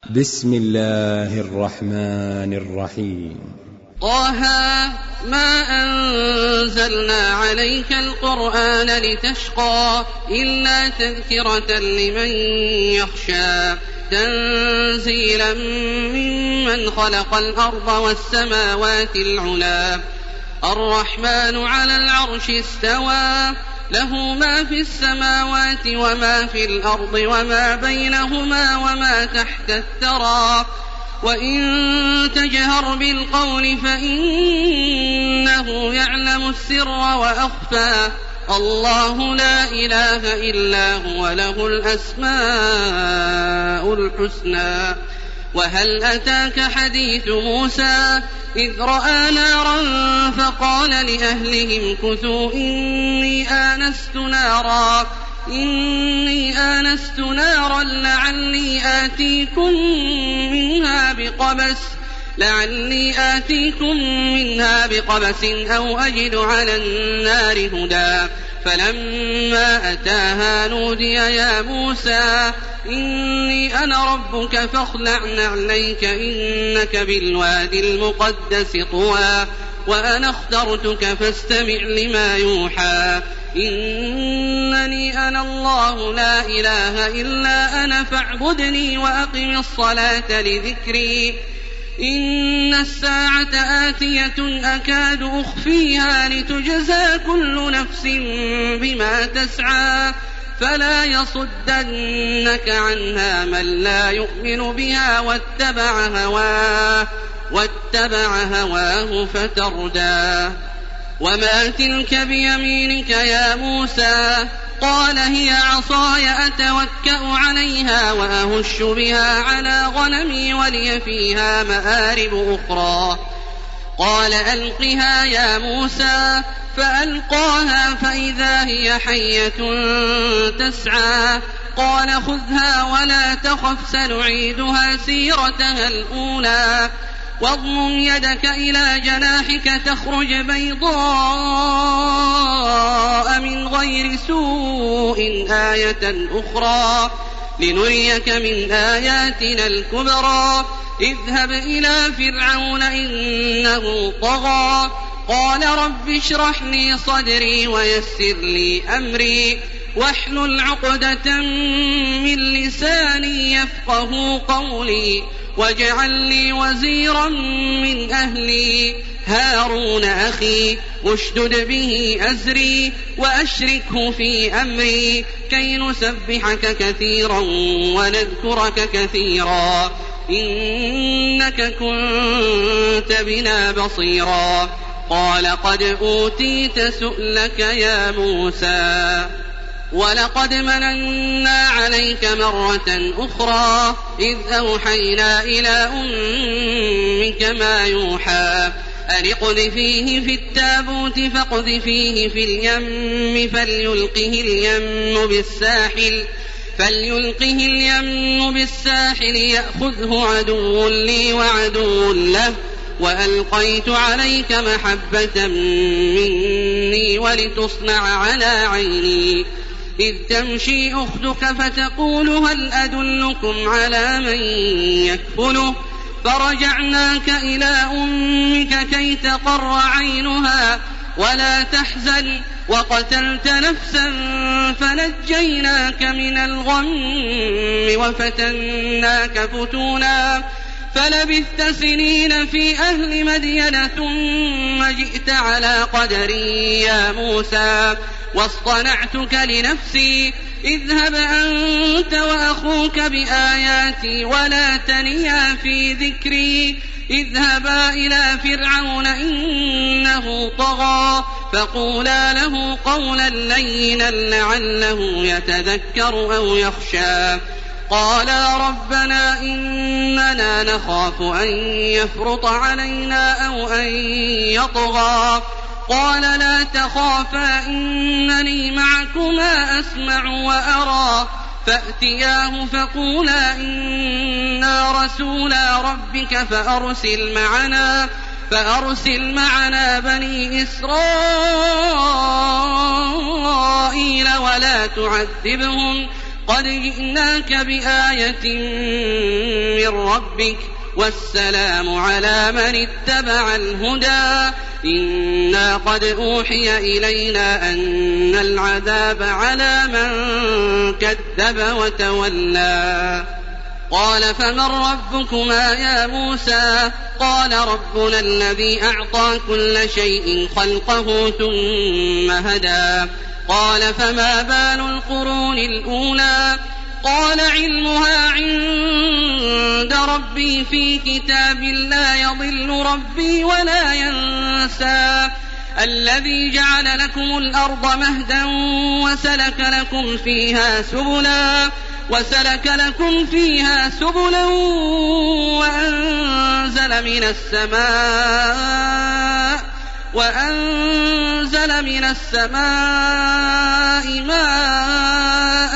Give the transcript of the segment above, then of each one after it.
بسم الله الرحمن الرحيم. طه ما أنزلنا عليك القرآن لتشقى إلا تذكرة لمن يخشى تنزيلا ممن خلق الأرض والسماوات العلى الرحمن على العرش استوى له ما في السماوات وما في الأرض وما بينهما وما تحت الثرى وإن تجهر بالقول فإنه يعلم السر وأخفى الله لا إله إلا هو له الأسماء الحسنى. وهل أتاك حديث موسى إذ رأى نارا فقال لأهلهم كثوا إني آنست نارا لعلي آتيكم منها بقبس أو أجد على النار هدى فلما أتاها نودي يا موسى إني أنا ربك فاخلع نعليك إنك بالوادي المقدس طوى وأنا اخترتك فاستمع لما يوحى إنني أنا الله لا إله إلا أنا فاعبدني وأقم الصلاة لذكري إن الساعة آتية أكاد أخفيها لتجزى كل نفس بما تسعى فلا يصدنك عنها من لا يؤمن بها واتبع هواه فتردى. وما تلك بيمينك يا موسى قال هي عصاي أتوكأ عليها وأهش بها على غنمي ولي فيها مآرب أخرى قال ألقها يا موسى فألقاها فإذا هي حية تسعى قال خذها ولا تخف سنعيدها سيرتها الأولى واضمم يدك إلى جناحك تخرج بيضاء من غير سوء آية أخرى لنريك من آياتنا الكبرى اذهب إلى فرعون إنه طغى قال رب اشرح لي صدري ويسر لي أمري واحلل عقدة من لساني يفقه قولي واجعل لي وزيرا من أهلي هارون أخي اشدد به أزري وأشركه في أمري كي نسبحك كثيرا ونذكرك كثيرا إنك كنت بنا بصيرا قال قد أوتيت سؤلك يا موسى ولقد مننا عليك مرة أخرى إذ أوحينا إلى أمك ما يوحى أن اقذفيه في التابوت فاقذفيه في اليم فليلقه اليم بالساحل يأخذه عدو لي وعدو له وألقيت عليك محبة مني ولتصنع على عيني إذ تمشي أختك فتقول هل أدلكم على من يكفله فرجعناك إلى أمك كي تقر عينها ولا تحزن وقتلت نفسا فنجيناك من الغم وفتناك فتونا فلبثت سنين في أهل مدين ثم جئت على قدري يا موسى واصطنعتك لنفسي اذهب أنت وأخوك بآياتي ولا تنيا في ذكري اذهبا إلى فرعون إنه طغى فقولا له قولا لينا لعله يتذكر أو يخشى قالا ربنا إننا نخاف أن يفرط علينا أو أن يطغى قال لا تخافا إنني معكما أسمع وأرى فأتياه فقولا إنا رسولا ربك فأرسل معنا بني إسرائيل ولا تعذبهم قد جئناك بآية من ربك والسلام على من اتبع الهدى إنا قد أوحي إلينا أن العذاب على من كذب وتولى قال فمن ربكما يا موسى قال ربنا الذي أعطى كل شيء خلقه ثم هدى قال فما بال القرون الأولى قال علمها عند ربي في كتاب لا يضل ربي ولا ينسى الذي جعل لكم الأرض مهدا وسلك لكم فيها سبلا وأنزل من السماء ماء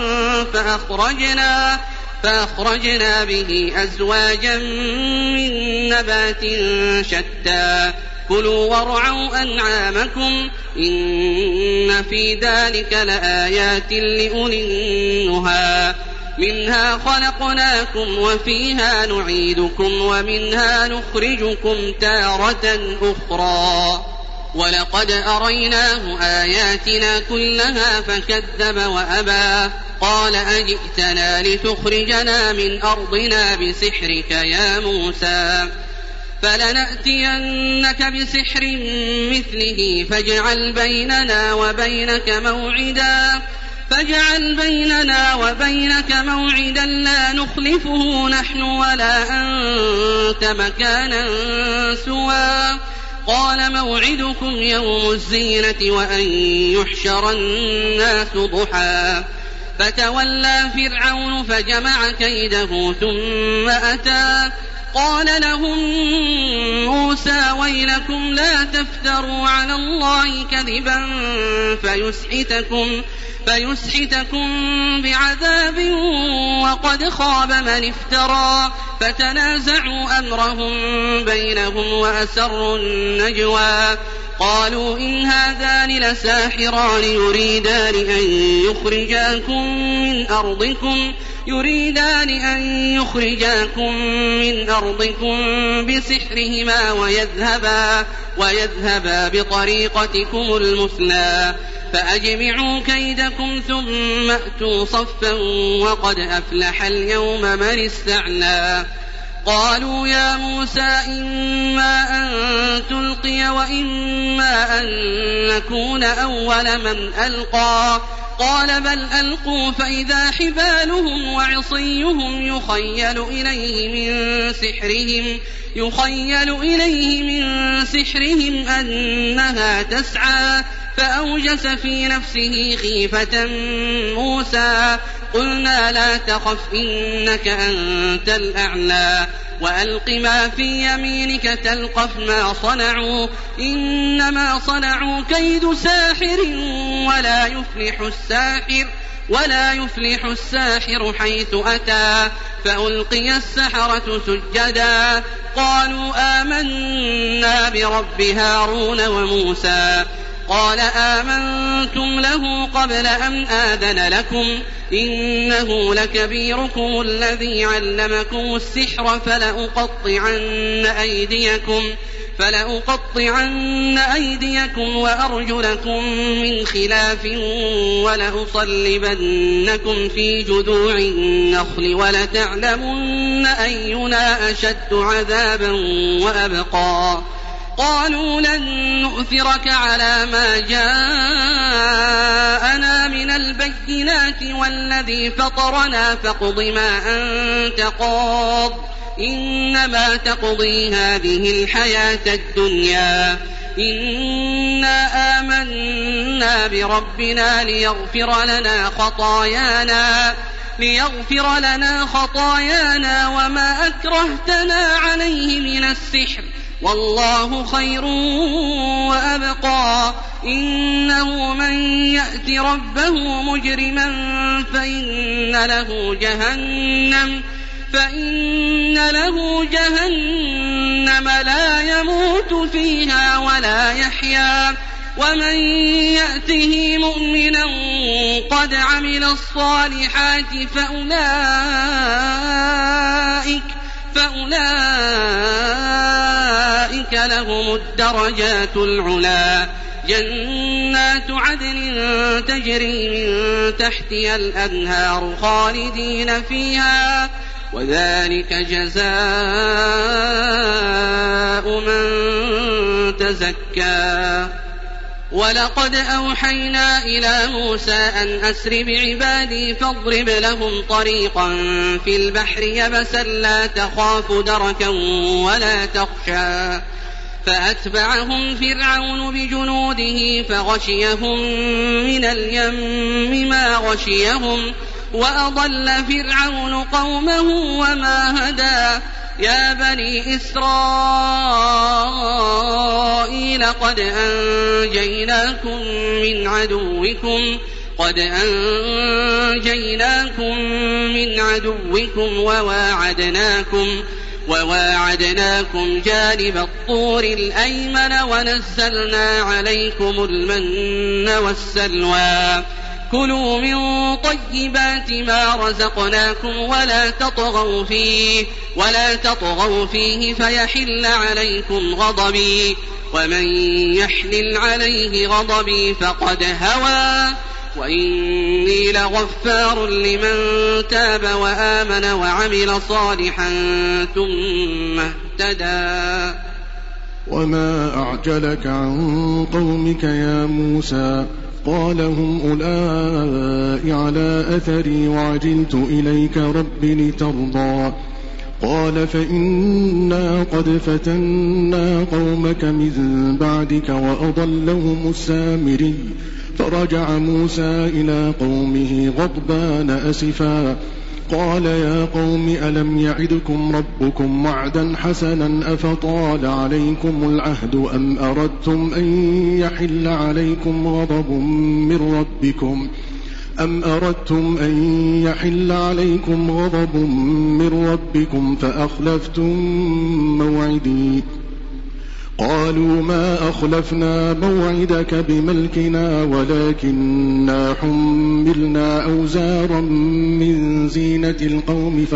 فأخرجنا به أزواجا من نبات شتى كلوا وارعوا أنعامكم إن في ذلك لآيات لأولي النهى منها خلقناكم وفيها نعيدكم ومنها نخرجكم تارة أخرى ولقد أريناه آياتنا كلها فكذب وأبى قال أجئتنا لتخرجنا من أرضنا بسحرك يا موسى فلنأتينك بسحر مثله فاجعل بيننا وبينك موعدا لا نخلفه نحن ولا أنت مكانا سوى قال موعدكم يوم الزينة وأن يحشر الناس ضحى فتولى فرعون فجمع كيده ثم أتى قال لهم موسى ويلكم لا تفتروا على الله كذبا فيسحتكم بعذاب وقد خاب من افترى فتنازعوا أمرهم بينهم وأسروا النجوى قالوا إن هذان لساحران يريدان أن يخرجاكم من أرضكم بسحرهما ويذهبا بطريقتكم المثلى فأجمعوا كيدكم ثم أتوا صفا وقد أفلح اليوم من استعلى قالوا يا موسى إما أن تلقي وإما أن نكون أول من ألقى قال بل ألقوا فإذا حبالهم وعصيهم يخيل إليه من سحرهم أنها تسعى فأوجس في نفسه خيفة موسى قلنا لا تخف إنك أنت الأعلى وألق ما في يمينك تلقف ما صنعوا إنما صنعوا كيد ساحر ولا يفلح الساحر حيث أتى فألقي السحرة سجدا قالوا آمنا برب هارون وموسى قال آمنتم له قبل أن آذن لكم إنه لكبيركم الذي علمكم السحر فلأقطعن أيديكم وأرجلكم من خلاف ولأصلبنكم في جذوع النخل ولتعلمن أينا أشد عذابا وأبقى قالوا لن نؤثرك على ما جاءنا من البينات والذي فطرنا فاقض ما أنت قاض إنما تقضي هذه الحياة الدنيا إنا آمنا بربنا ليغفر لنا خطايانا وما أكرهتنا عليه من السحر والله خير وأبقى إنه من يأت ربه مجرما فإن له جهنم لا يموت فيها ولا يحيا ومن يأته مؤمنا قد عمل الصالحات فأولئك لهم الدرجات العلى جنات عدن تجري من تحتها الأنهار خالدين فيها وذلك جزاء من تزكى. ولقد أوحينا إلى موسى أن أسر بعبادي فاضرب لهم طريقا في البحر يبسا لا تخاف دركا ولا تخشى فأتبعهم فرعون بجنوده فغشيهم من اليم ما غشيهم وأضل فرعون قومه وما هدى. يا بني إسرائيل قد أنجيناكم من عدوكم وواعدناكم جانب الطور الأيمن ونزلنا عليكم المن والسلوى. كلوا من طيبات ما رزقناكم ولا تطغوا فيه فيحل عليكم غضبي ومن يحلل عليه غضبي فقد هوى وإني لغفار لمن تاب وآمن وعمل صالحا ثم اهتدى. وما أعجلك عن قومك يا موسى قال هم أولئك على أثري وعجلت إليك رب لترضى قال فإنا قد فتنا قومك من بعدك وأضلهم السامري فرجع موسى إلى قومه غضبان أسفا قال يا قوم ألم يعدكم ربكم وعدا حسنا أفطال عليكم العهد أم أردتم أن يحل عليكم غضب من ربكم فأخلفتم موعدي قالوا ما أخلفنا موعدك بملكنا ولكننا حملنا أوزارا من زينة القوم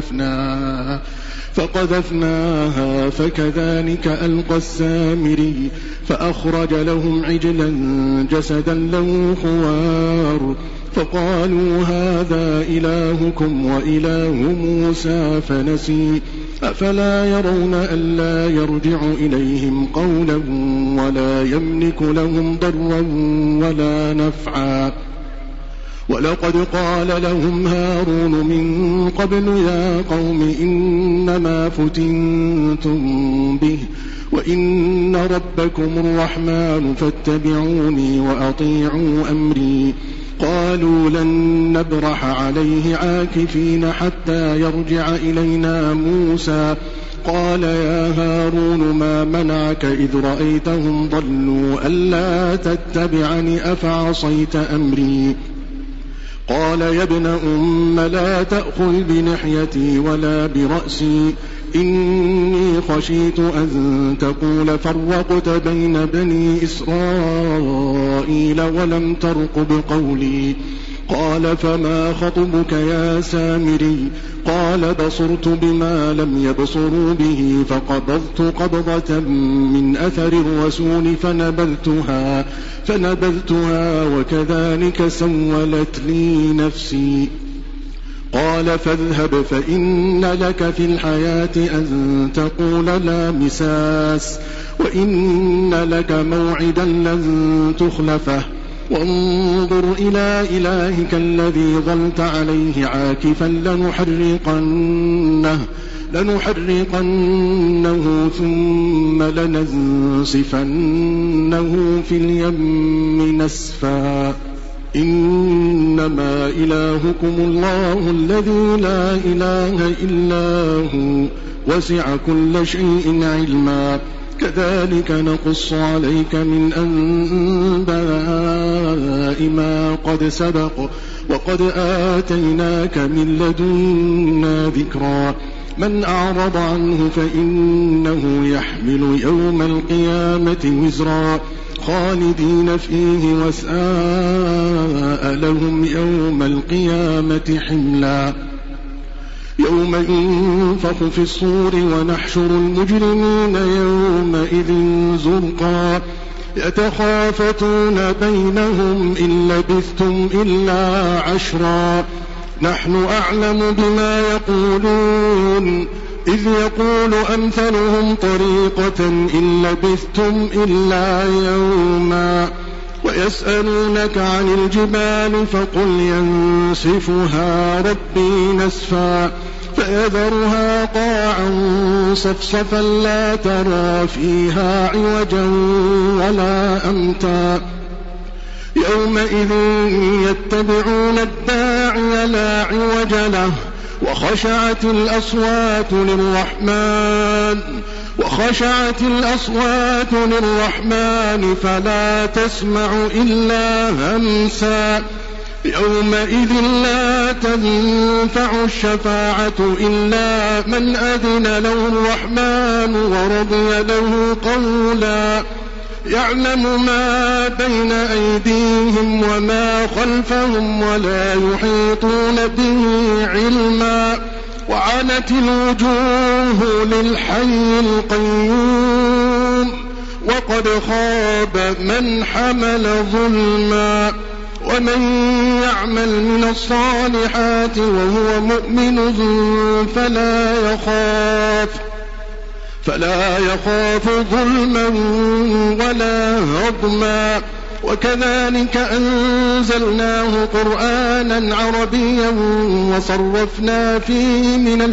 فقذفناها فكذلك ألقى السامري فأخرج لهم عجلا جسدا له خوار فقالوا هذا إلهكم وإله موسى فنسي أفلا يرون ألا يرجع إليهم قولا ولا يملك لهم ضرا ولا نفعا. ولقد قال لهم هارون من قبل يا قوم إنما فتنتم به وإن ربكم الرحمن فاتبعوني وأطيعوا أمري قالوا لن نبرح عليه عاكفين حتى يرجع إلينا موسى قال يا هارون ما منعك إذ رأيتهم ضلوا ألا تتبعني أفعصيت أمري قال يا ابن أم لا تأخذ بلحيتي ولا برأسي إني خشيت أن تقول فرقت بين بني إسرائيل ولم ترقب قولي قال فما خطبك يا سامري قال بصرت بما لم يبصروا به فقبضت قبضة من أثر الرسول فنبذتها وكذلك سولت لي نفسي قال فاذهب فإن لك في الحياة أن تقول لا مساس وإن لك موعدا لن تخلفه وانظر إلى إلهك الذي ظلت عليه عاكفا لنحرقنه ثم لننسفنه في اليم نسفا إنما إلهكم الله الذي لا إله إلا هو وسع كل شيء علما كذلك نقص عليك من أنباء ما قد سبق وقد آتيناك من لدنا ذكرا من أعرض عنه فإنه يحمل يوم القيامة وزرا خالدين فيه وساء لهم يوم القيامة حملا يوم ينفخ في الصور ونحشر المجرمين يومئذ زرقا يتخافتون بينهم إن لبثتم إلا عشرا نحن أعلم بما يقولون إذ يقول أمثلهم طريقة إن لبثتم إلا يوما ويسألونك عن الجبال فقل ينسفها ربي نسفا فيذرها قاعا صفصفا لا ترى فيها عوجا ولا أمتا يومئذ يتبعون الداعي لا عوج له وخشعت الأصوات للرحمن فلا تسمع إلا همسا يومئذ لا تنفع الشفاعة إلا من أذن له الرحمن ورضي له قولا يعلم ما بين أيديهم وما خلفهم ولا يحيطون به علما وعنت الوجوه للحي القيوم وقد خاب من حمل ظلما ومن يعمل من الصالحات وهو مؤمن فلا يخاف ظلما ولا هضما وكذلك أنزلناه قرآنا عربيا وصرفنا فيه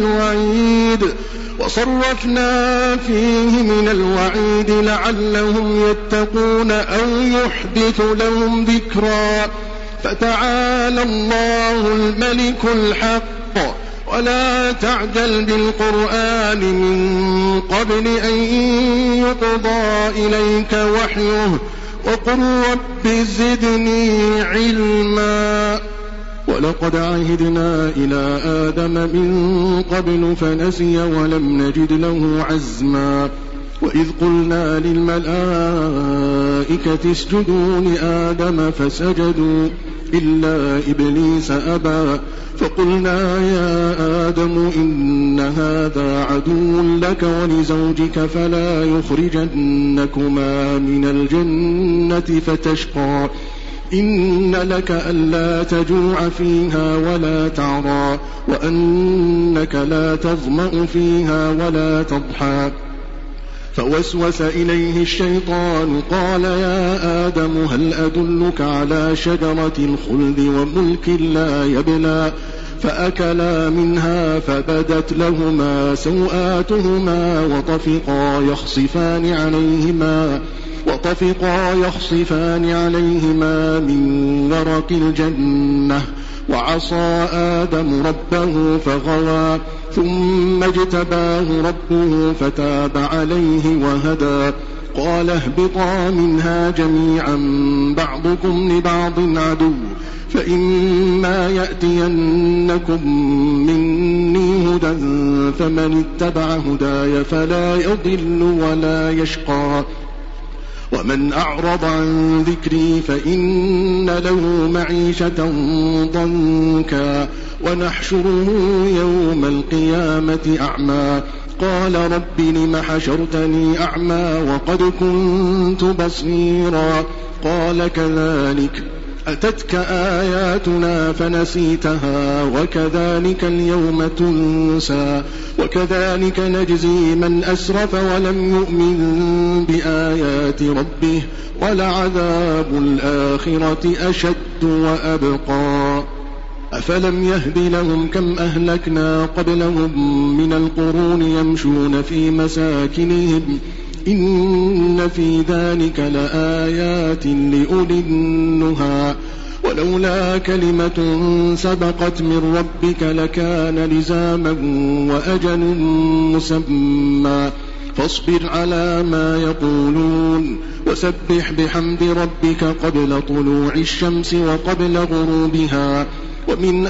من الوعيد لعلهم يتقون أو يحدث لهم ذكرا فتعالى الله الملك الحق ولا تعجل بالقرآن من قبل أن يقضى إليك وحيه وقل رب زدني علما ولقد عهدنا إلى آدم من قبل فنسي ولم نجد له عزما وإذ قلنا للملائكة اسجدوا لآدم فسجدوا إلا إبليس أبى فقلنا يا آدم إن هذا عدو لك ولزوجك فلا يخرجنكما من الجنة فتشقى إن لك ألا تجوع فيها ولا تعرى وأنك لا تظمأ فيها ولا تضحى فوسوس إليه الشيطان قال يا آدم هل أدلك على شجرة الخلد وملك لا يبلى فأكلا منها فبدت لهما سوآتهما وطفقا يخصفان عليهما من ورق الجنة وعصى آدم ربه فغوى ثم اجتباه ربه فتاب عليه وهدى قال اهبطا منها جميعا بعضكم لبعض عدو فإما يأتينكم مني هدى فمن اتبع هداي فلا يضل ولا يشقى ومن أعرض عن ذكري فإن له معيشة ضنكا ونحشره يوم القيامة أعمى قال رب لم حشرتني أعمى وقد كنت بصيرا قال كذلك أتتك آياتنا فنسيتها وكذلك اليوم تنسى وكذلك نجزي من أسرف ولم يؤمن بآيات ربه ولعذاب الآخرة أشد وأبقى أفلم يهد لهم كم أهلكنا قبلهم من القرون يمشون في مساكنهم إن في ذلك لآيات لأولي النهى ولولا كلمة سبقت من ربك لكان لزاما وأجل مسمى فاصبر على ما يقولون وسبح بحمد ربك قبل طلوع الشمس وقبل غروبها ومن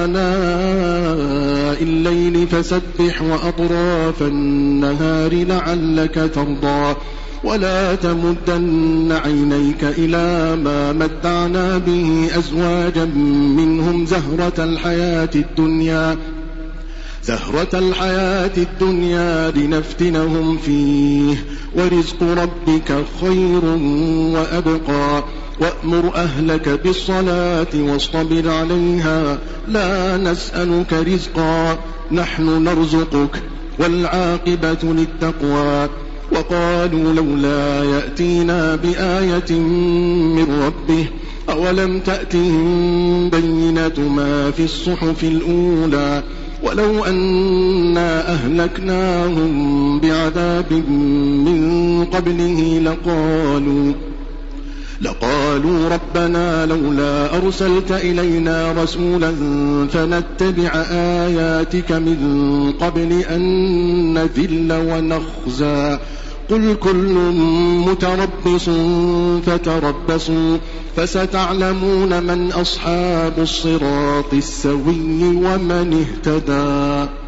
آناء الليل فسبح وأطراف النهار لعلك ترضى ولا تمدن عينيك إلى ما متعنا به أزواجا منهم زهرة الحياة الدنيا لنفتنهم فيه ورزق ربك خير وأبقى وأمر أهلك بالصلاة واصطبر عليها لا نسألك رزقا نحن نرزقك والعاقبة للتقوى وقالوا لولا يأتينا بآية من ربه أولم تأتهم بينة ما في الصحف الأولى ولو أنا أهلكناهم بعذاب من قبله لقالوا ربنا لولا أرسلت إلينا رسولا فنتبع آياتك من قبل أن نذل ونخزى قل كل متربص فتربصوا فستعلمون من أصحاب الصراط السوي ومن اهتدى.